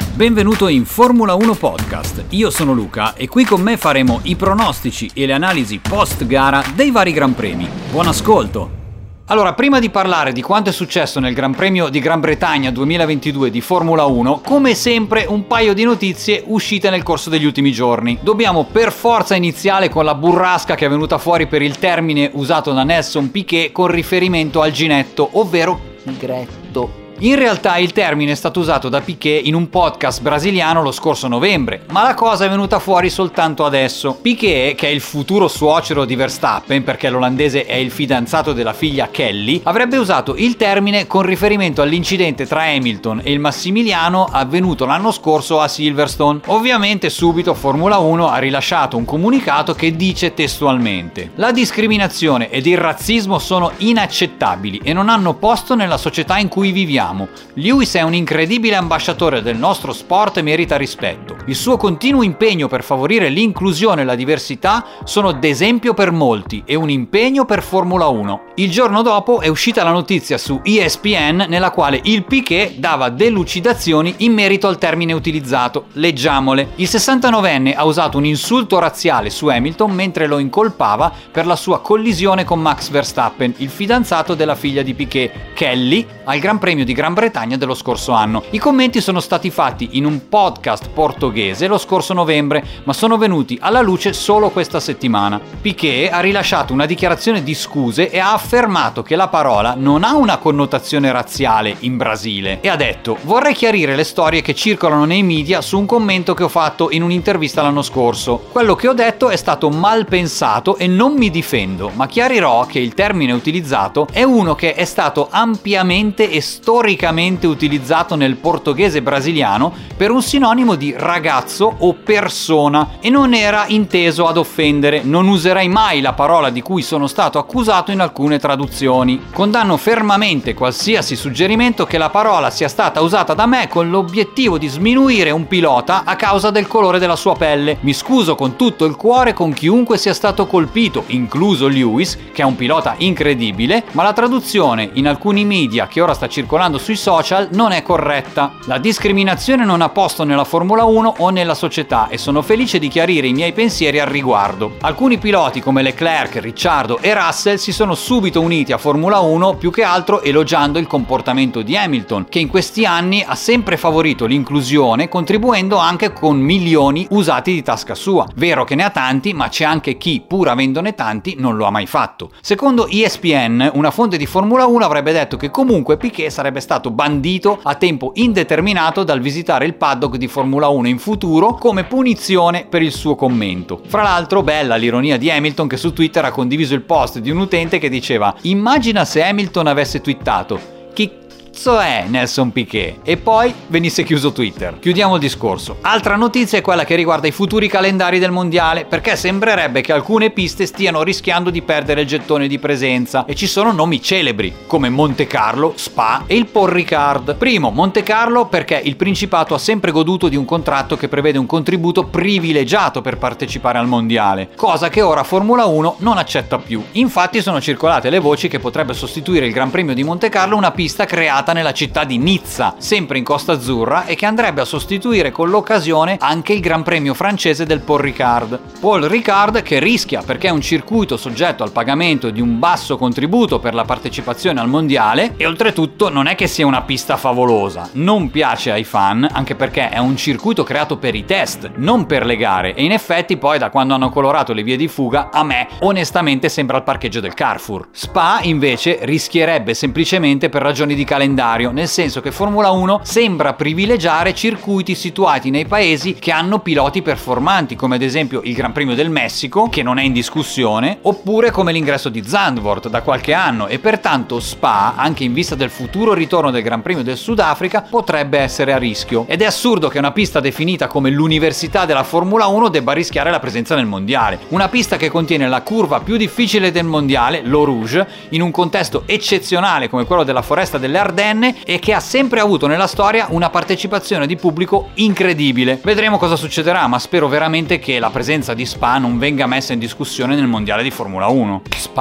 Benvenuto in Formula 1 Podcast, io sono Luca e qui con me faremo i pronostici e le analisi post gara dei vari Gran Premi. Buon ascolto! Allora, prima di parlare di quanto è successo nel Gran Premio di Gran Bretagna 2022 di Formula 1, come sempre un paio di notizie uscite nel corso degli ultimi giorni. Dobbiamo per forza iniziare con la burrasca che è venuta fuori per il termine usato da Nelson Piquet con riferimento al ginetto, ovvero tigretto. In realtà il termine è stato usato da Piquet in un podcast brasiliano lo scorso novembre, ma la cosa è venuta fuori soltanto adesso. Piquet, che è il futuro suocero di Verstappen, perché l'olandese è il fidanzato della figlia Kelly, avrebbe usato il termine con riferimento all'incidente tra Hamilton e il Massimiliano avvenuto l'anno scorso a Silverstone. Ovviamente subito Formula 1 ha rilasciato un comunicato che dice testualmente: la discriminazione ed il razzismo sono inaccettabili e non hanno posto nella società in cui viviamo. Lewis è un incredibile ambasciatore del nostro sport e merita rispetto. Il suo continuo impegno per favorire l'inclusione e la diversità sono d'esempio per molti e un impegno per Formula 1. Il giorno dopo è uscita la notizia su ESPN nella quale il Piquet dava delucidazioni in merito al termine utilizzato. Leggiamole. Il 69enne ha usato un insulto razziale su Hamilton mentre lo incolpava per la sua collisione con Max Verstappen, il fidanzato della figlia di Piquet, Kelly, al Gran Premio di Gran Bretagna dello scorso anno. I commenti sono stati fatti in un podcast portoghese lo scorso novembre, ma sono venuti alla luce solo questa settimana. Piquet ha rilasciato una dichiarazione di scuse e ha affermato che la parola non ha una connotazione razziale in Brasile e ha detto: vorrei chiarire le storie che circolano nei media su un commento che ho fatto in un'intervista l'anno scorso. Quello che ho detto è stato mal pensato e non mi difendo, ma chiarirò che il termine utilizzato è uno che è stato ampiamente e storicamente utilizzato nel portoghese brasiliano per un sinonimo di ragazzo o persona e non era inteso ad offendere. Non userai mai la parola di cui sono stato accusato in alcune traduzioni. Condanno fermamente qualsiasi suggerimento che la parola sia stata usata da me con l'obiettivo di sminuire un pilota a causa del colore della sua pelle. Mi scuso con tutto il cuore con chiunque sia stato colpito, incluso Lewis, che è un pilota incredibile, ma la traduzione in alcuni media che ora sta circolando sui social non è corretta. La discriminazione non ha posto nella Formula 1 o nella società e sono felice di chiarire i miei pensieri al riguardo. Alcuni piloti come Leclerc, Ricciardo e Russell si sono subito uniti a Formula 1 più che altro elogiando il comportamento di Hamilton, che in questi anni ha sempre favorito l'inclusione contribuendo anche con milioni usati di tasca sua. Vero che ne ha tanti, ma c'è anche chi, pur avendone tanti, non lo ha mai fatto. Secondo ESPN, una fonte di Formula 1 avrebbe detto che comunque Piquet sarebbe stato bandito a tempo indeterminato dal visitare il paddock di Formula 1 in futuro come punizione per il suo commento. Fra l'altro, bella l'ironia di Hamilton che su Twitter ha condiviso il post di un utente che diceva: immagina se Hamilton avesse twittato: chi cazzo è Nelson Piquet? E poi venisse chiuso Twitter. Chiudiamo il discorso. Altra notizia è quella che riguarda i futuri calendari del mondiale, perché sembrerebbe che alcune piste stiano rischiando di perdere il gettone di presenza e ci sono nomi celebri come Monte Carlo, Spa e il Paul Ricard. Primo, Monte Carlo, perché il Principato ha sempre goduto di un contratto che prevede un contributo privilegiato per partecipare al mondiale, cosa che ora Formula 1 non accetta più. Infatti sono circolate le voci che potrebbe sostituire il Gran Premio di Monte Carlo una pista creata nella città di Nizza, sempre in Costa Azzurra, e che andrebbe a sostituire con l'occasione anche il Gran Premio francese del Paul Ricard. Paul Ricard che rischia perché è un circuito soggetto al pagamento di un basso contributo per la partecipazione al mondiale e oltretutto non è che sia una pista favolosa. Non piace ai fan, anche perché è un circuito creato per i test, non per le gare, e in effetti poi da quando hanno colorato le vie di fuga a me onestamente sembra il parcheggio del Carrefour. Spa invece rischierebbe semplicemente per ragioni di calendario, nel senso che Formula 1 sembra privilegiare circuiti situati nei paesi che hanno piloti performanti, come ad esempio il Gran Premio del Messico, che non è in discussione, oppure come l'ingresso di Zandvoort da qualche anno, e pertanto Spa, anche in vista del futuro ritorno del Gran Premio del Sudafrica, potrebbe essere a rischio. Ed è assurdo che una pista definita come l'università della Formula 1 debba rischiare la presenza nel mondiale. Una pista che contiene la curva più difficile del mondiale, l'Eau Rouge, in un contesto eccezionale come quello della foresta delle Ardenne, e che ha sempre avuto nella storia una partecipazione di pubblico incredibile. Vedremo cosa succederà, ma spero veramente che la presenza di Spa non venga messa in discussione nel mondiale di Formula 1. Spa.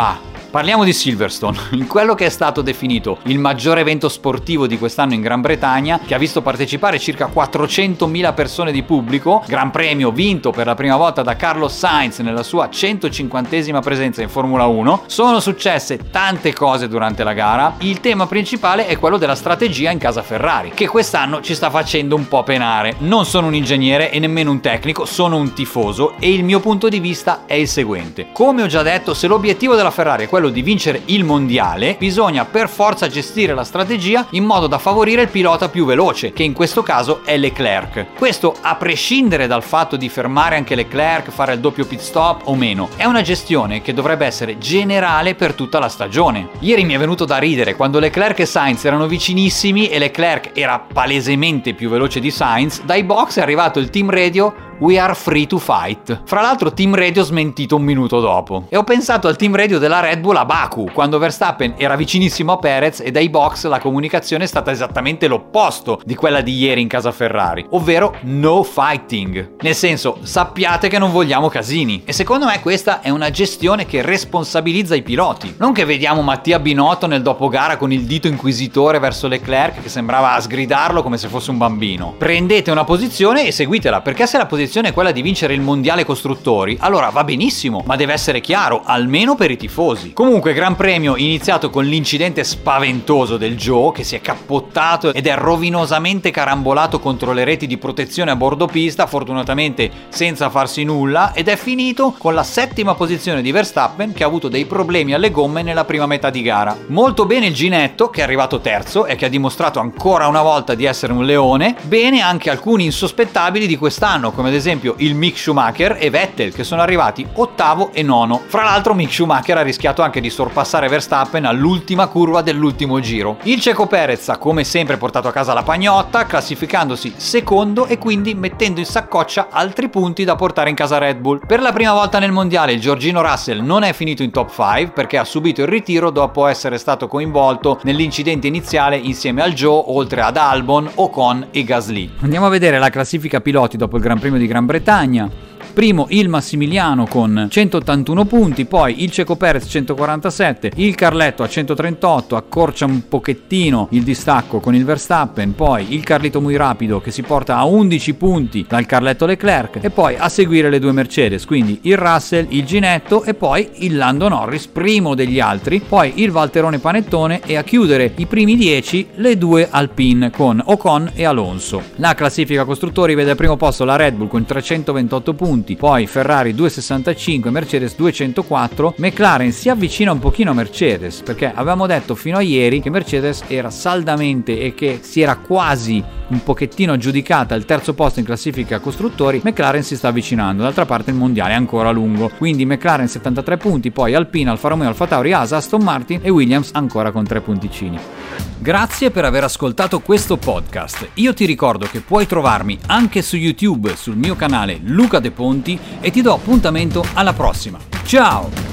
Parliamo di Silverstone, in quello che è stato definito il maggiore evento sportivo di quest'anno in Gran Bretagna, che ha visto partecipare circa 400.000 persone di pubblico, Gran Premio vinto per la prima volta da Carlos Sainz nella sua 150esima presenza in Formula 1. Sono successe tante cose durante la gara. Il tema principale è quello della strategia in casa Ferrari, che quest'anno ci sta facendo un po' penare. Non sono un ingegnere e nemmeno un tecnico, sono un tifoso e il mio punto di vista è il seguente. Come ho già detto, se l'obiettivo della Ferrari è quello di vincere il mondiale, bisogna per forza gestire la strategia in modo da favorire il pilota più veloce, che in questo caso è Leclerc. Questo a prescindere dal fatto di fermare anche Leclerc, fare il doppio pit stop o meno. È una gestione che dovrebbe essere generale per tutta la stagione. Ieri mi è venuto da ridere quando Leclerc e Sainz erano vicinissimi e Leclerc era palesemente più veloce di Sainz. Dai box è arrivato il team radio "We are free to fight". Fra l'altro team radio smentito un minuto dopo. E ho pensato al team radio della Red Bull a Baku, quando Verstappen era vicinissimo a Perez e dai box la comunicazione è stata esattamente l'opposto di quella di ieri in casa Ferrari, ovvero no fighting. Nel senso, sappiate che non vogliamo casini. E secondo me questa è una gestione che responsabilizza i piloti. Non che vediamo Mattia Binotto nel dopogara con il dito inquisitore verso Leclerc che sembrava sgridarlo come se fosse un bambino. Prendete una posizione e seguitela, perché se la posizione è quella di vincere il mondiale costruttori, allora va benissimo, ma deve essere chiaro, almeno per i tifosi. Comunque, Gran Premio iniziato con l'incidente spaventoso del Joe, che si è cappottato ed è rovinosamente carambolato contro le reti di protezione a bordo pista, fortunatamente senza farsi nulla, ed è finito con la 7ª posizione di Verstappen, che ha avuto dei problemi alle gomme nella prima metà di gara. Molto bene il Ginetto, che è arrivato terzo e che ha dimostrato ancora una volta di essere un leone. Bene anche alcuni insospettabili di quest'anno, come ad esempio il Mick Schumacher e Vettel, che sono arrivati 8º e 9º. Fra l'altro Mick Schumacher ha rischiato anche di sorpassare Verstappen all'ultima curva dell'ultimo giro. Il Checo Perez ha come sempre portato a casa la pagnotta, classificandosi secondo e quindi mettendo in saccoccia altri punti da portare in casa Red Bull. Per la prima volta nel mondiale il Georgino Russell non è finito in top 5 perché ha subito il ritiro dopo essere stato coinvolto nell'incidente iniziale insieme al Joe, oltre ad Albon, Ocon e Gasly. Andiamo a vedere la classifica piloti dopo il Gran Premio di Gran Bretagna. Primo il Massimiliano con 181 punti, poi il Checo Perez 147, il Carletto a 138, accorcia un pochettino il distacco con il Verstappen, poi il Carlito Muy Rapido che si porta a 11 punti dal Carletto Leclerc e poi a seguire le due Mercedes, quindi il Russell, il Ginetto e poi il Lando Norris, primo degli altri, poi il Valterone Panettone e a chiudere i primi 10 le due Alpine con Ocon e Alonso. La classifica costruttori vede al primo posto la Red Bull con 328 punti, poi Ferrari 265, Mercedes 204, McLaren si avvicina un pochino a Mercedes perché avevamo detto fino a ieri che Mercedes era saldamente e che si era quasi un pochettino aggiudicata il terzo posto in classifica costruttori. McLaren si sta avvicinando, d'altra parte il mondiale è ancora lungo, quindi McLaren 73 punti, poi Alpine, Alfa Romeo, Alfa Tauri, Haas, Aston Martin e Williams ancora con 3 punticini. Grazie per aver ascoltato questo podcast. Io ti ricordo che puoi trovarmi anche su YouTube sul mio canale Luca De Ponti e ti do appuntamento alla prossima. Ciao!